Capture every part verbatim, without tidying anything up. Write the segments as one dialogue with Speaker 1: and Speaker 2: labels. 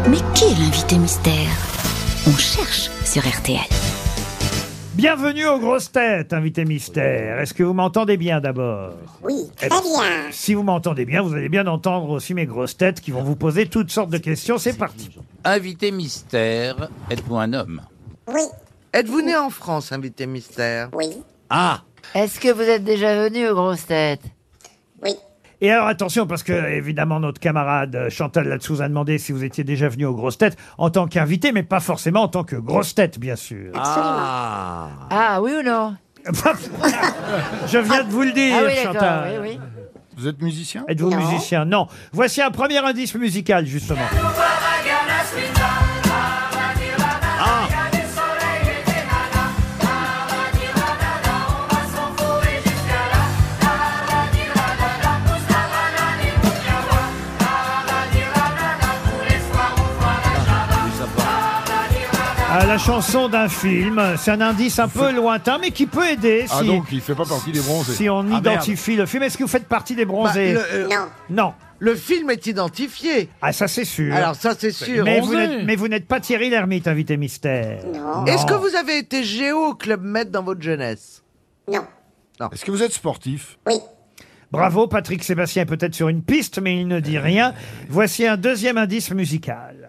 Speaker 1: Mais qui est l'invité mystère? On cherche sur R T L.
Speaker 2: Bienvenue aux grosses têtes, invité mystère. Est-ce que vous m'entendez bien d'abord?
Speaker 3: Oui, très
Speaker 2: Eh ben,
Speaker 3: bien.
Speaker 2: Si vous m'entendez bien, vous allez bien entendre aussi mes grosses têtes qui vont vous poser toutes sortes de questions. C'est parti.
Speaker 4: Invité mystère, êtes-vous un homme?
Speaker 3: Oui,
Speaker 5: Êtes-vous né en France, invité mystère?
Speaker 3: oui,
Speaker 4: Ah,
Speaker 6: Est-ce que vous êtes déjà venu aux grosses têtes?
Speaker 3: oui.
Speaker 2: Et alors attention, parce que évidemment notre camarade Chantal là-dessous a demandé si vous étiez déjà venu aux grosses têtes en tant qu'invité, mais pas forcément en tant que grosse tête, bien sûr.
Speaker 4: ah.
Speaker 6: Ah, oui ou non?
Speaker 2: Je viens de vous le dire,
Speaker 6: Ah oui, d'accord,
Speaker 2: Chantal.
Speaker 6: oui, oui.
Speaker 7: Vous êtes musicien?
Speaker 2: Êtes-vous
Speaker 3: Non.
Speaker 2: musicien? Non. Voici un premier indice musical, justement. Ah, la chanson d'un film, c'est un indice un peu lointain, mais qui peut aider
Speaker 7: Ah
Speaker 2: si,
Speaker 7: donc il fait pas partie des bronzés.
Speaker 2: si on
Speaker 7: Ah,
Speaker 2: identifie le film. Est-ce que vous faites partie des
Speaker 5: Bah,
Speaker 2: bronzés?
Speaker 5: le, euh,
Speaker 3: Non,
Speaker 2: Non.
Speaker 5: le film est identifié.
Speaker 2: Ah, ça c'est sûr.
Speaker 5: Alors ça, c'est sûr.
Speaker 2: mais, vous
Speaker 7: bronzé.
Speaker 2: n'êtes, mais vous n'êtes pas Thierry Lhermitte, invité mystère.
Speaker 3: non,
Speaker 5: Est-ce que vous avez été géo au Club Med dans votre jeunesse?
Speaker 3: non,
Speaker 7: Est-ce que vous êtes sportif?
Speaker 3: oui.
Speaker 2: Bravo, Patrick Sébastien est peut-être sur une piste, mais il ne dit rien. Voici un deuxième indice musical.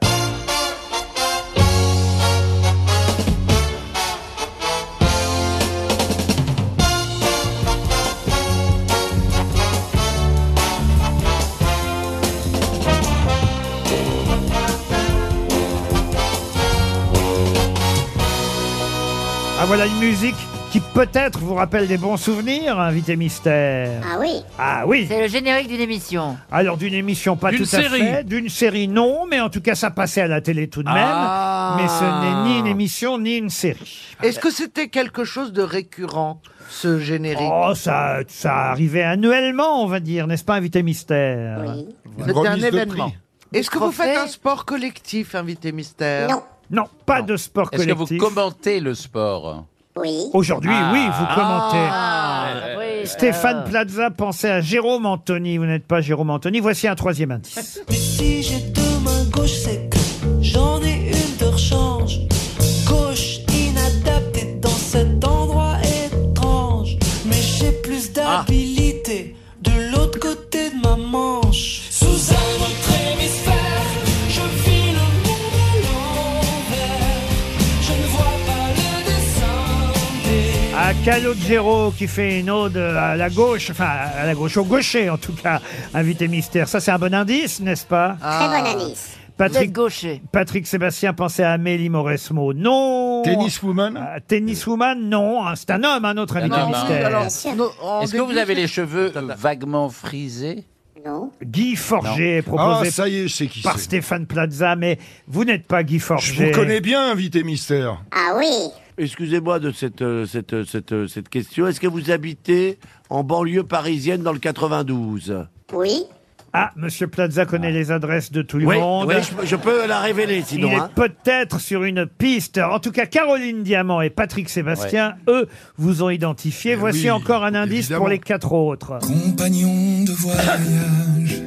Speaker 2: Ah, voilà une musique qui peut-être vous rappelle des bons souvenirs, invité mystère.
Speaker 3: Ah oui,
Speaker 2: Ah oui.
Speaker 6: C'est le générique d'une émission.
Speaker 2: Alors d'une émission pas
Speaker 7: D'une
Speaker 2: tout à
Speaker 7: série.
Speaker 2: fait, d'une série non, mais en tout cas ça passait à la télé tout de même.
Speaker 4: Ah.
Speaker 2: Mais ce n'est ni une émission ni une série.
Speaker 5: Est-ce que c'était quelque chose de récurrent, ce générique?
Speaker 2: Oh, ça, ça arrivait annuellement, on va dire, n'est-ce pas, invité mystère?
Speaker 3: oui,
Speaker 7: Une
Speaker 5: C'était un
Speaker 7: remise de
Speaker 5: événement.
Speaker 7: prix.
Speaker 5: Est-ce que vous
Speaker 6: trophée
Speaker 5: faites un sport collectif, invité mystère?
Speaker 3: non,
Speaker 2: Non, pas de sport
Speaker 4: Est-ce que vous
Speaker 2: collectif.
Speaker 4: commentez le sport?
Speaker 3: oui,
Speaker 2: Aujourd'hui,
Speaker 4: Ah.
Speaker 2: oui, vous commentez.
Speaker 6: Ah, oui.
Speaker 2: Stéphane
Speaker 6: euh,
Speaker 2: Plaza pensait à Jérôme Anthony. Vous n'êtes pas Jérôme Anthony. Voici un troisième indice.
Speaker 8: Mais si j'ai deux mains gauches, c'est que j'en ai une de rechange. Gauche inadaptée dans cet endroit étrange. Mais j'ai plus d'habilité de l'autre côté de ma manche. Sous un autre hémisphère, je vis le monde à l'envers. Je ne vois pas le dessin des...
Speaker 2: À Calogero qui fait une ode à la gauche, enfin à la gauche, au gaucher en tout cas, invité mystère. Ça c'est un bon indice, n'est-ce pas?
Speaker 3: très bon indice.
Speaker 6: Vous êtes
Speaker 2: Patrick,
Speaker 6: gaucher.
Speaker 2: Patrick Sébastien pensait à Amélie Mauresmo. Non.
Speaker 7: Tennis woman?
Speaker 2: Euh, tenniswoman, non. Ah, c'est un homme, un autre invité
Speaker 4: homme, hein.
Speaker 2: mystère.
Speaker 5: Alors,
Speaker 3: Bien sûr.
Speaker 5: no- en
Speaker 4: Est-ce que vous
Speaker 5: début,
Speaker 4: avez les
Speaker 5: c'est-
Speaker 4: cheveux vaguement frisés?
Speaker 3: Non,
Speaker 2: Guy Forger,
Speaker 7: Ah,
Speaker 2: proposé
Speaker 7: ça y est, je sais qui
Speaker 2: par
Speaker 7: c'est.
Speaker 2: Stéphane Plaza, mais vous n'êtes pas Guy
Speaker 7: Je
Speaker 2: Forger.
Speaker 7: vous connais bien, invité mystère.
Speaker 3: ah oui,
Speaker 9: Excusez-moi de cette, euh, cette, euh, cette, euh, cette question. Est-ce que vous habitez en banlieue parisienne dans le quatre-vingt-douze?
Speaker 3: oui,
Speaker 2: Ah, Monsieur Plaza connaît les adresses de tout le
Speaker 9: Oui,
Speaker 2: monde.
Speaker 9: oui, je, je peux la révéler
Speaker 2: Il
Speaker 9: sinon.
Speaker 2: est
Speaker 9: hein.
Speaker 2: peut-être sur une piste. En tout cas, Caroline Diamant et Patrick Sébastien, eux, vous ont identifié. Voici
Speaker 7: oui,
Speaker 2: encore un indice
Speaker 7: évidemment.
Speaker 2: pour les quatre autres.
Speaker 8: Compagnons de voyage,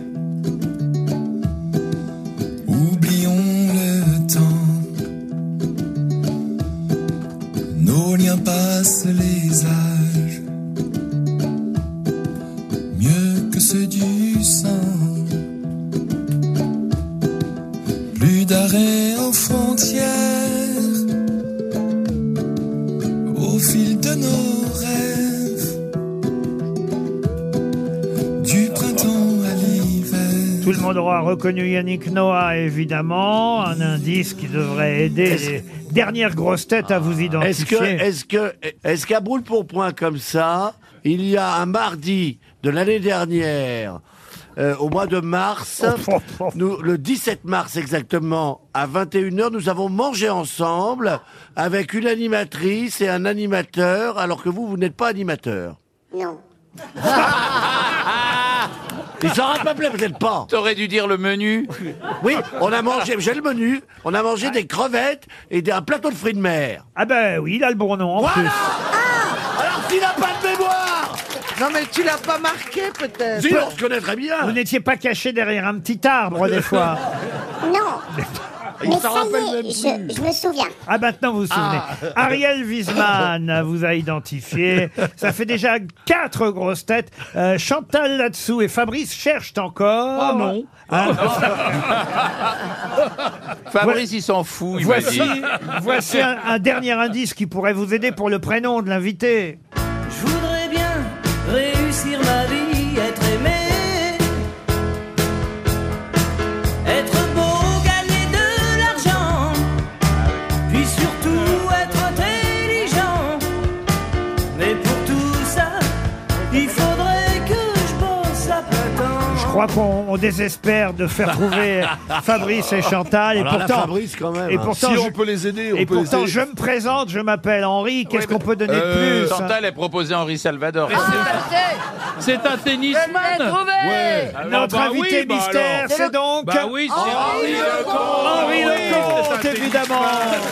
Speaker 8: oublions le temps. Nos liens passent les âges, mieux que ceux du sang. Plus d'arrêt en frontières, au fil de nos rêves. Du printemps à l'hiver.
Speaker 2: Tout le monde aura reconnu Yannick Noah, évidemment. Un indice qui devrait aider les dernières grosses têtes à vous
Speaker 9: Est-ce
Speaker 2: identifier.
Speaker 9: que, est-ce que, est-ce qu'à brûle pour point comme ça, il y a un mardi de l'année dernière, euh, au mois de mars, nous, le dix-sept mars exactement, à vingt et une heures, nous avons mangé ensemble avec une animatrice et un animateur, alors que vous, vous n'êtes pas animateur.
Speaker 3: non,
Speaker 9: Il s'en rappelait peut-être pas.
Speaker 4: T'aurais dû dire le menu.
Speaker 9: Oui, on a mangé, j'ai le menu, on a mangé des crevettes et des- un plateau de fruits de mer.
Speaker 2: Ah ben oui, il a le bon nom en
Speaker 9: Voilà.
Speaker 2: plus.
Speaker 9: Alors qu'il n'a pas de mémoire.
Speaker 5: Non, mais tu l'as pas marqué, peut-être.
Speaker 9: Si, on se connaît très bien.
Speaker 2: Vous n'étiez pas caché derrière un petit arbre des fois.
Speaker 3: non,
Speaker 9: Il
Speaker 3: Mais
Speaker 9: s'en
Speaker 3: ça
Speaker 9: rappelle
Speaker 3: y
Speaker 9: même
Speaker 3: est,
Speaker 9: plus.
Speaker 3: je, je me souviens.
Speaker 2: Ah, maintenant vous vous souvenez.
Speaker 9: Ah.
Speaker 2: Ariel Wiesmann vous a identifié. Ça fait déjà quatre grosses têtes. Euh, Chantal là-dessous et Fabrice cherchent encore.
Speaker 4: Ah non.
Speaker 2: Hein
Speaker 4: Fabrice, il s'en fout, il m'a
Speaker 2: voici
Speaker 4: dit.
Speaker 2: voici un, un dernier indice qui pourrait vous aider pour le prénom de l'invité.
Speaker 8: Je voudrais bien réussir ma vie, être aimé, être beau, gagner de l'argent, puis surtout être intelligent. Mais pour tout ça, il faudrait que je bosse à plein temps.
Speaker 2: Je crois qu'on on désespère de faire trouver Fabrice et Chantal. Et
Speaker 9: Alors là,
Speaker 2: pourtant,
Speaker 9: Fabrice, quand même,
Speaker 2: et
Speaker 9: hein.
Speaker 2: pourtant,
Speaker 7: Si
Speaker 2: je,
Speaker 7: on peut les aider, on
Speaker 2: et
Speaker 7: peut les
Speaker 2: pourtant
Speaker 7: aider.
Speaker 2: je me présente, je m'appelle Henri. Qu'est-ce qu'on peut donner
Speaker 7: Euh,
Speaker 2: de plus hein
Speaker 4: Chantal est proposé Henri Salvador.
Speaker 10: C'est un tennisman.
Speaker 6: trouvé.
Speaker 7: Ouais.
Speaker 2: Notre
Speaker 10: bah
Speaker 2: invité
Speaker 10: oui, bah
Speaker 2: mystère,
Speaker 10: alors.
Speaker 2: c'est donc
Speaker 10: Bah oui, c'est
Speaker 2: Henri
Speaker 10: Lecomte.
Speaker 2: Henri
Speaker 10: Oui,
Speaker 2: Lecomte,
Speaker 10: c'est un
Speaker 2: évidemment.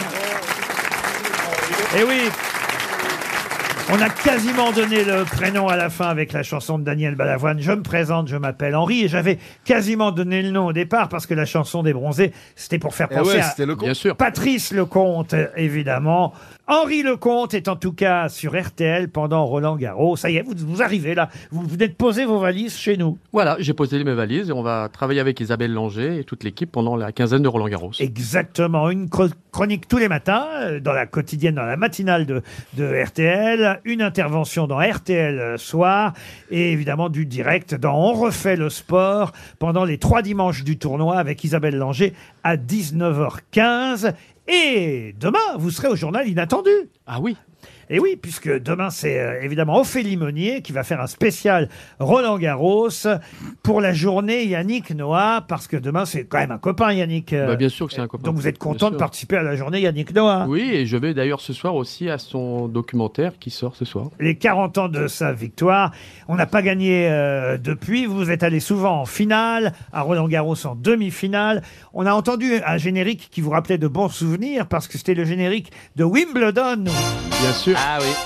Speaker 2: Et oui. On a quasiment donné le prénom à la fin avec la chanson de Daniel Balavoine. Je me présente, je m'appelle Henri. Et j'avais quasiment donné le nom au départ parce que la chanson des Bronzés, c'était pour faire
Speaker 7: Eh
Speaker 2: penser
Speaker 7: ouais,
Speaker 2: à
Speaker 7: c'était le con.
Speaker 10: Bien sûr.
Speaker 2: Patrice Lecomte, évidemment. Henri Lecomte est en tout cas sur R T L pendant Roland Garros. Ça y est, vous, vous arrivez là. Vous venez de poser vos valises chez nous.
Speaker 10: Voilà, j'ai posé mes valises et on va travailler avec Isabelle Langer et toute l'équipe pendant la quinzaine de Roland Garros.
Speaker 2: Exactement. Une chro- chronique tous les matins, euh, dans la quotidienne, dans la matinale de, de R T L. Une intervention dans R T L Soir. Et évidemment du direct dans On refait le sport pendant les trois dimanches du tournoi avec Isabelle Langer à dix-neuf heures quinze. Et demain, vous serez au journal Inattendu.
Speaker 10: Ah oui.
Speaker 2: Et oui, puisque demain, c'est euh, évidemment Ophélie Meunier qui va faire un spécial Roland Garros pour la journée Yannick Noah, parce que demain, c'est quand même un copain, Yannick. euh,
Speaker 10: Bah, bien sûr que c'est un copain.
Speaker 2: Donc vous êtes
Speaker 10: Bien
Speaker 2: content de
Speaker 10: sûr.
Speaker 2: participer à la journée Yannick Noah.
Speaker 10: Oui, et je vais d'ailleurs ce soir aussi à son documentaire qui sort ce soir.
Speaker 2: Les quarante ans de sa victoire. On n'a pas gagné euh, depuis. Vous êtes allé souvent en finale, à Roland-Garros en demi-finale. On a entendu un générique qui vous rappelait de bons souvenirs parce que c'était le générique de Wimbledon.
Speaker 10: Bien sûr.
Speaker 4: Ah oui.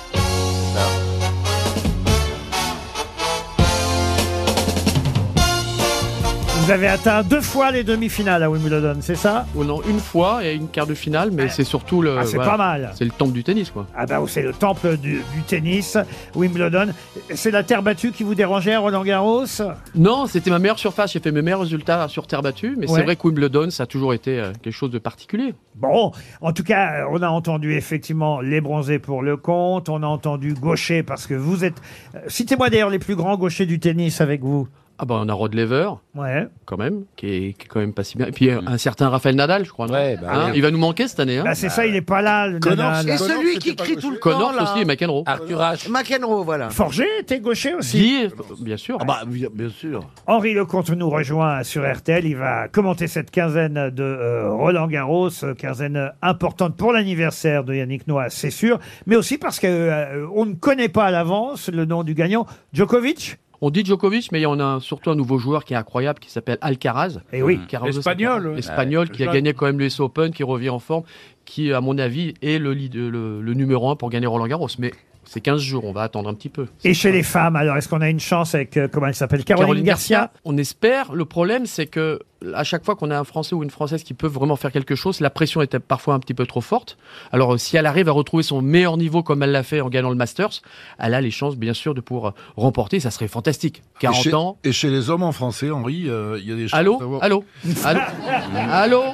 Speaker 2: Vous avez atteint deux fois les demi-finales à Wimbledon, c'est ça?
Speaker 10: Oh non, une fois et une quart de finale, mais c'est surtout le.
Speaker 2: Ah, c'est
Speaker 10: voilà,
Speaker 2: pas mal.
Speaker 10: C'est le temple du tennis, quoi.
Speaker 2: Ah bah c'est le temple du, du tennis, Wimbledon. C'est la terre battue qui vous dérangeait à Roland-Garros?
Speaker 10: Non, c'était ma meilleure surface. J'ai fait mes meilleurs résultats sur terre battue, mais
Speaker 2: Ouais.
Speaker 10: c'est vrai que Wimbledon, ça a toujours été euh, quelque chose de particulier.
Speaker 2: Bon, en tout cas, on a entendu effectivement les Bronzés pour Lecomte, on a entendu Gaucher parce que vous êtes... euh, Citez-moi d'ailleurs les plus grands gauchers du tennis avec vous.
Speaker 10: Ah bah on a Rod Laver,
Speaker 2: Ouais.
Speaker 10: quand même, qui est, qui est quand même pas si bien. Et puis euh, un certain Rafael Nadal, je crois. Non
Speaker 4: Ouais, bah
Speaker 10: Hein,
Speaker 4: oui.
Speaker 10: Il va nous manquer cette année. Hein
Speaker 2: Bah c'est ça, il est pas là, le
Speaker 7: Connors,
Speaker 2: Nadal.
Speaker 5: Et
Speaker 7: Connors,
Speaker 5: celui
Speaker 7: c'était
Speaker 5: qui
Speaker 7: pas
Speaker 5: crie tout le
Speaker 7: gaucher.
Speaker 5: temps,
Speaker 10: Connors
Speaker 5: là.
Speaker 10: aussi et McEnroe.
Speaker 4: Arthur H.
Speaker 5: McEnroe, voilà.
Speaker 2: Forger était gaucher aussi.
Speaker 10: Guy, bien sûr.
Speaker 9: Ah bah, bien bien sûr.
Speaker 2: Henri Lecomte nous rejoint sur R T L. Il va commenter cette quinzaine de euh, Roland Garros, euh, quinzaine importante pour l'anniversaire de Yannick Noah, c'est sûr, mais aussi parce que euh, on ne connaît pas à l'avance le nom du gagnant, Djokovic.
Speaker 10: On dit Djokovic, mais il y en a un- surtout un nouveau joueur qui est incroyable, qui s'appelle Alcaraz.
Speaker 2: Eh oui.
Speaker 10: Carlos
Speaker 11: Espagnol,
Speaker 10: Alcaraz.
Speaker 11: ouais.
Speaker 10: Espagnol, qui a
Speaker 11: je-
Speaker 10: gagné quand même l'U S Open, qui revient en forme, qui, à mon avis, est le, lead- le, le numéro un pour gagner Roland Garros. Mais c'est quinze jours, on va attendre un petit peu.
Speaker 2: Et chez les femmes, alors est-ce qu'on a une chance avec euh, comment elle s'appelle, Caroline, Garcia?
Speaker 10: On espère. Le problème, c'est que à chaque fois qu'on a un Français ou une Française qui peut vraiment faire quelque chose, la pression était parfois un petit peu trop forte. Alors, euh, si elle arrive à retrouver son meilleur niveau comme elle l'a fait en gagnant le Masters, elle a les chances, bien sûr, de pouvoir euh, remporter. Ça serait fantastique.
Speaker 7: Et
Speaker 10: quarante
Speaker 7: chez,
Speaker 10: ans.
Speaker 7: et chez les hommes en français, Henri, euh, il y a des choses.
Speaker 10: Allô, allô, allô, allô,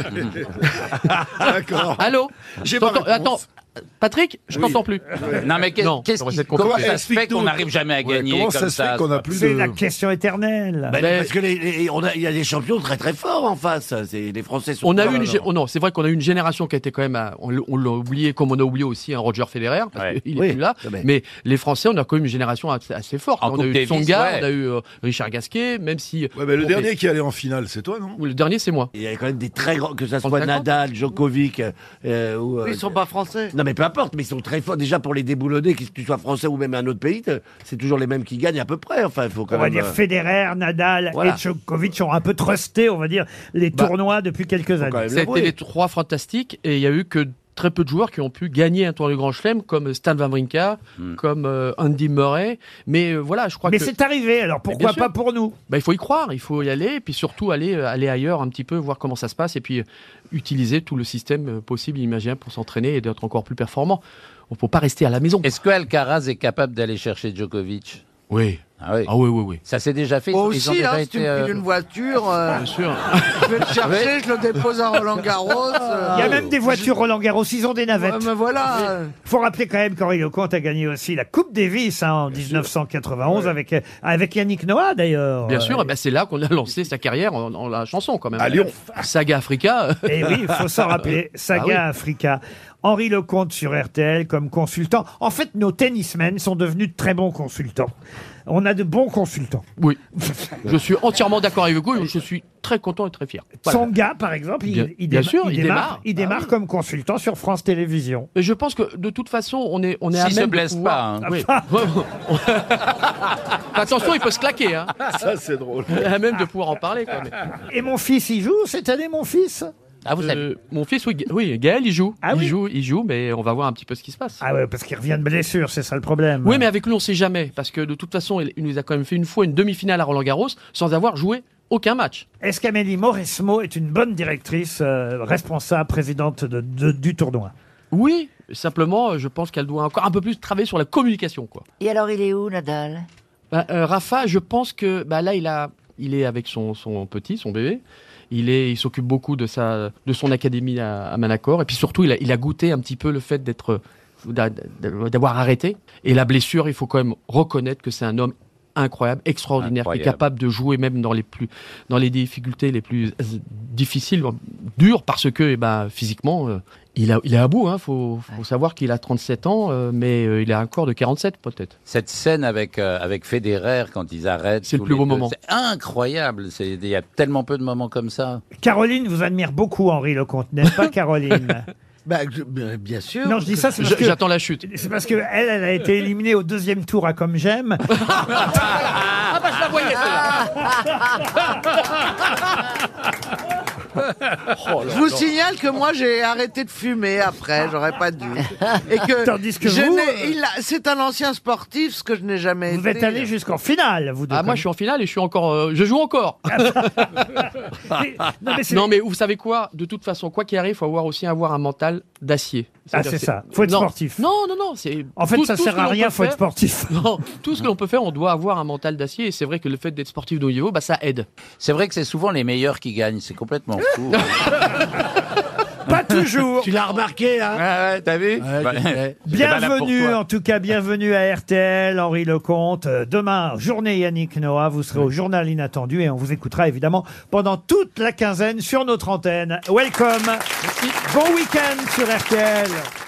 Speaker 7: D'accord.
Speaker 10: allô.
Speaker 7: J'ai ma
Speaker 10: T'entends-
Speaker 7: réponse.
Speaker 10: Attends, Patrick, je
Speaker 7: Oui.
Speaker 10: t'entends plus.
Speaker 4: Non mais qu'est-
Speaker 10: Non,
Speaker 4: qu'est-ce
Speaker 10: ça va
Speaker 4: qui,
Speaker 10: être
Speaker 4: comment
Speaker 10: compliqué.
Speaker 4: ça se fait
Speaker 7: Explique-nous.
Speaker 4: qu'on n'arrive jamais à
Speaker 7: Ouais,
Speaker 4: gagner
Speaker 7: comment
Speaker 4: comme
Speaker 7: ça se
Speaker 4: ça
Speaker 7: fait qu'on a plus
Speaker 2: C'est
Speaker 7: de...
Speaker 2: la question éternelle.
Speaker 9: Bah,
Speaker 10: Ben,
Speaker 9: parce que les, les- on a, il y a des champions très très forts en face. C'est les Français sont.
Speaker 10: On a
Speaker 9: forts,
Speaker 10: eu une,
Speaker 9: alors.
Speaker 10: gé- oh non, c'est vrai qu'on a eu une génération qui était quand même, à- on, l- on l'a oublié, comme on a oublié aussi un Roger Federer, parce
Speaker 4: Ouais.
Speaker 10: qu'il est
Speaker 9: Oui,
Speaker 10: plus là.
Speaker 9: mais-
Speaker 10: Mais les Français, on a quand même une génération assez, assez forte.
Speaker 4: En
Speaker 10: on a
Speaker 4: Coupe
Speaker 10: eu
Speaker 4: Davis,
Speaker 10: Tsonga,
Speaker 4: ouais.
Speaker 10: on a eu euh, Richard Gasquet, même si.
Speaker 7: Ouais, mais le
Speaker 10: bon,
Speaker 7: dernier qui est allé en finale, c'est toi, non?
Speaker 10: mais- le dernier, c'est moi.
Speaker 9: Il y a quand même des très grands, que ça soit
Speaker 10: trente-cinq ans.
Speaker 9: Nadal, Djokovic, euh, ou, euh,
Speaker 5: Ils sont pas français.
Speaker 9: Non mais peu importe, mais ils sont très forts déjà pour les déboulonner, que tu sois français ou même un autre pays, te- c'est toujours les mêmes qui gagnent à peu près. Enfin, il faut quand
Speaker 2: On va
Speaker 9: même.
Speaker 2: dire
Speaker 9: euh,
Speaker 2: Federer, Nadal
Speaker 9: Voilà.
Speaker 2: et Djokovic ont un peu trusté, on va dire, les
Speaker 10: Bah,
Speaker 2: tournois depuis quelques
Speaker 9: quand
Speaker 2: années.
Speaker 9: même
Speaker 10: Ça a été
Speaker 9: l'avouer.
Speaker 10: les trois fantastiques et il y a eu que très peu de joueurs qui ont pu gagner un tournoi du Grand Chelem, comme Stan Wawrinka,
Speaker 4: Mm.
Speaker 10: comme euh, Andy Murray. Mais euh, voilà, je crois
Speaker 2: Mais
Speaker 10: que...
Speaker 2: c'est arrivé, alors
Speaker 10: Mais
Speaker 2: pourquoi
Speaker 10: bien sûr.
Speaker 2: pas pour nous?
Speaker 10: Bah, il faut y croire, il faut y aller, et puis surtout aller, euh, aller ailleurs un petit peu, voir comment ça se passe, et puis euh, utiliser tout le système euh, possible, imaginable, pour s'entraîner et d'être encore plus performant. On ne peut pas rester à la maison.
Speaker 4: Est-ce que Alcaraz est capable d'aller chercher Djokovic?
Speaker 10: Oui.
Speaker 4: Ah oui.
Speaker 10: Ah oui, oui, oui.
Speaker 4: Ça s'est déjà fait.
Speaker 5: Moi
Speaker 4: ils ont
Speaker 5: aussi,
Speaker 4: déjà
Speaker 5: hein, si
Speaker 4: été,
Speaker 5: tu me
Speaker 4: euh,
Speaker 5: files une voiture, euh,
Speaker 10: Bien sûr.
Speaker 5: je vais le chercher, je le dépose à Roland-Garros. euh,
Speaker 2: Il y a même des voitures Roland Garros, ils ont des navettes.
Speaker 5: Ouais, mais voilà.
Speaker 2: Il faut rappeler quand même qu'Henri Lecomte a gagné aussi la Coupe Davis hein, en dix-neuf cent quatre-vingt-onze avec, avec Yannick Noah d'ailleurs.
Speaker 10: Bien sûr,
Speaker 2: Euh,
Speaker 10: eh ben, c'est là qu'on a lancé sa carrière en, en la chanson quand même.
Speaker 7: À Lyon.
Speaker 10: Saga Africa.
Speaker 2: Et oui, il faut s'en rappeler. Saga
Speaker 10: Ah oui.
Speaker 2: Africa. Henri Lecomte sur R T L comme consultant. En fait, nos tennismen sont devenus de très bons consultants. On a de bons consultants.
Speaker 10: Oui. Je suis entièrement d'accord avec vous. Je suis très content et très fier. Voilà.
Speaker 2: Tsonga, par exemple, il,
Speaker 10: Bien-
Speaker 2: il
Speaker 10: bien
Speaker 2: déma-
Speaker 10: sûr,
Speaker 2: il
Speaker 10: il
Speaker 2: démarre,
Speaker 10: démarre.
Speaker 2: il démarre
Speaker 10: Ah oui.
Speaker 2: comme consultant sur France Télévisions.
Speaker 10: Mais je pense que de toute façon, on est, on est à
Speaker 4: S'il se
Speaker 10: même de
Speaker 4: blesse
Speaker 10: pouvoir-
Speaker 4: pas, hein.
Speaker 10: Oui. Attention, il peut se claquer. Hein.
Speaker 7: Ça, c'est drôle.
Speaker 10: On est à même de pouvoir en parler. Quoi, mais-
Speaker 2: Et mon fils, il joue cette année, mon fils
Speaker 4: Ah, vous savez.
Speaker 10: Euh, mon fils, oui, Ga- oui, Gaël, il joue.
Speaker 2: Ah
Speaker 10: il
Speaker 2: oui
Speaker 10: joue, il joue, mais on va voir un petit peu ce qui se passe.
Speaker 2: Ah ouais, parce qu'il revient de blessure, c'est ça le problème.
Speaker 10: Oui, mais avec lui, on sait jamais, parce que de toute façon, il il nous a quand même fait une fois une demi-finale à Roland-Garros sans avoir joué aucun match.
Speaker 2: Est-ce qu'Amélie Mauresmo est une bonne directrice, euh, responsable, présidente de- de- du tournoi?
Speaker 10: Oui, simplement, je pense qu'elle doit encore un peu plus travailler sur la communication, quoi.
Speaker 6: Et alors, il est où, Nadal?
Speaker 10: Bah, euh, Rafa, je pense que bah, là, il a, il est avec son, son petit, son bébé. Il est, il s'occupe beaucoup de sa, de son académie à, à Manacor. Et puis surtout, il a, il a goûté un petit peu le fait d'être, d'a- d'avoir arrêté. Et la blessure, il faut quand même reconnaître que c'est un homme incroyable, extraordinaire,
Speaker 4: Incroyable.
Speaker 10: qui est capable de jouer même dans les plus, dans les difficultés les plus euh, difficiles, dures, parce que, eh ben, physiquement, euh, il, a, il est à bout. Hein. Faut, faut savoir qu'il a trente-sept ans, euh, mais euh, il a un corps de quarante-sept peut-être.
Speaker 4: Cette scène avec, euh, avec Federer quand ils arrêtent.
Speaker 10: C'est le
Speaker 4: tous
Speaker 10: plus
Speaker 4: les
Speaker 10: beau
Speaker 4: deux,
Speaker 10: moment.
Speaker 4: C'est incroyable. C'est- Il y a tellement peu de moments comme ça.
Speaker 2: Caroline vous admire beaucoup, Henri Lecomte, n'est-ce pas, Caroline?
Speaker 5: Bah, je- bien bien sûr.
Speaker 2: Non, je dis ça, c'est parce
Speaker 10: Je-
Speaker 2: que...
Speaker 10: J'attends la chute.
Speaker 2: C'est parce que elle, elle a été éliminée au deuxième tour à Comme J'aime.
Speaker 10: Ah bah je la voyais
Speaker 5: Je vous signale que moi j'ai arrêté de fumer après, j'aurais pas dû. Et que,
Speaker 2: Tandis que
Speaker 5: je
Speaker 2: vous,
Speaker 5: n'ai- il a- c'est un ancien sportif, ce que je n'ai jamais
Speaker 2: Vous
Speaker 5: été.
Speaker 2: êtes allé jusqu'en finale, vous deux.
Speaker 10: Ah, moi, je suis en finale et je suis encore. euh, je joue encore.
Speaker 2: Mais- non, mais c'est
Speaker 10: Non, mais vous savez quoi? De toute façon, quoi qu'il arrive, il faut avoir aussi avoir un mental d'acier.
Speaker 2: Ah,
Speaker 10: C'est-à-dire
Speaker 2: c'est
Speaker 10: que
Speaker 2: ça. Faut être
Speaker 10: non.
Speaker 2: sportif.
Speaker 10: Non, non, non. C'est
Speaker 2: En fait,
Speaker 10: tout-
Speaker 2: ça
Speaker 10: tout ce
Speaker 2: sert
Speaker 10: que
Speaker 2: à
Speaker 10: l'on
Speaker 2: rien,
Speaker 10: peut
Speaker 2: faut être
Speaker 10: faire-
Speaker 2: sportif.
Speaker 10: Non, tout ce que l'on peut faire, on doit avoir un mental d'acier. Et c'est vrai que le fait d'être sportif de haut niveau, bah, ça aide.
Speaker 4: C'est vrai que c'est souvent les meilleurs qui gagnent. C'est complètement fou.
Speaker 2: Pas toujours.
Speaker 9: Tu l'as remarqué, hein
Speaker 4: Ah ouais, t'as vu
Speaker 9: Ouais,
Speaker 4: Bah,
Speaker 9: je sais.
Speaker 4: c'est pas là pour
Speaker 2: Bienvenue,
Speaker 4: toi.
Speaker 2: en tout cas, bienvenue à R T L, Henri Lecomte. Euh, Demain, journée Yannick Noah, vous serez au journal Inattendu et on vous écoutera évidemment pendant toute la quinzaine sur notre antenne. Welcome. Bon week-end sur R T L.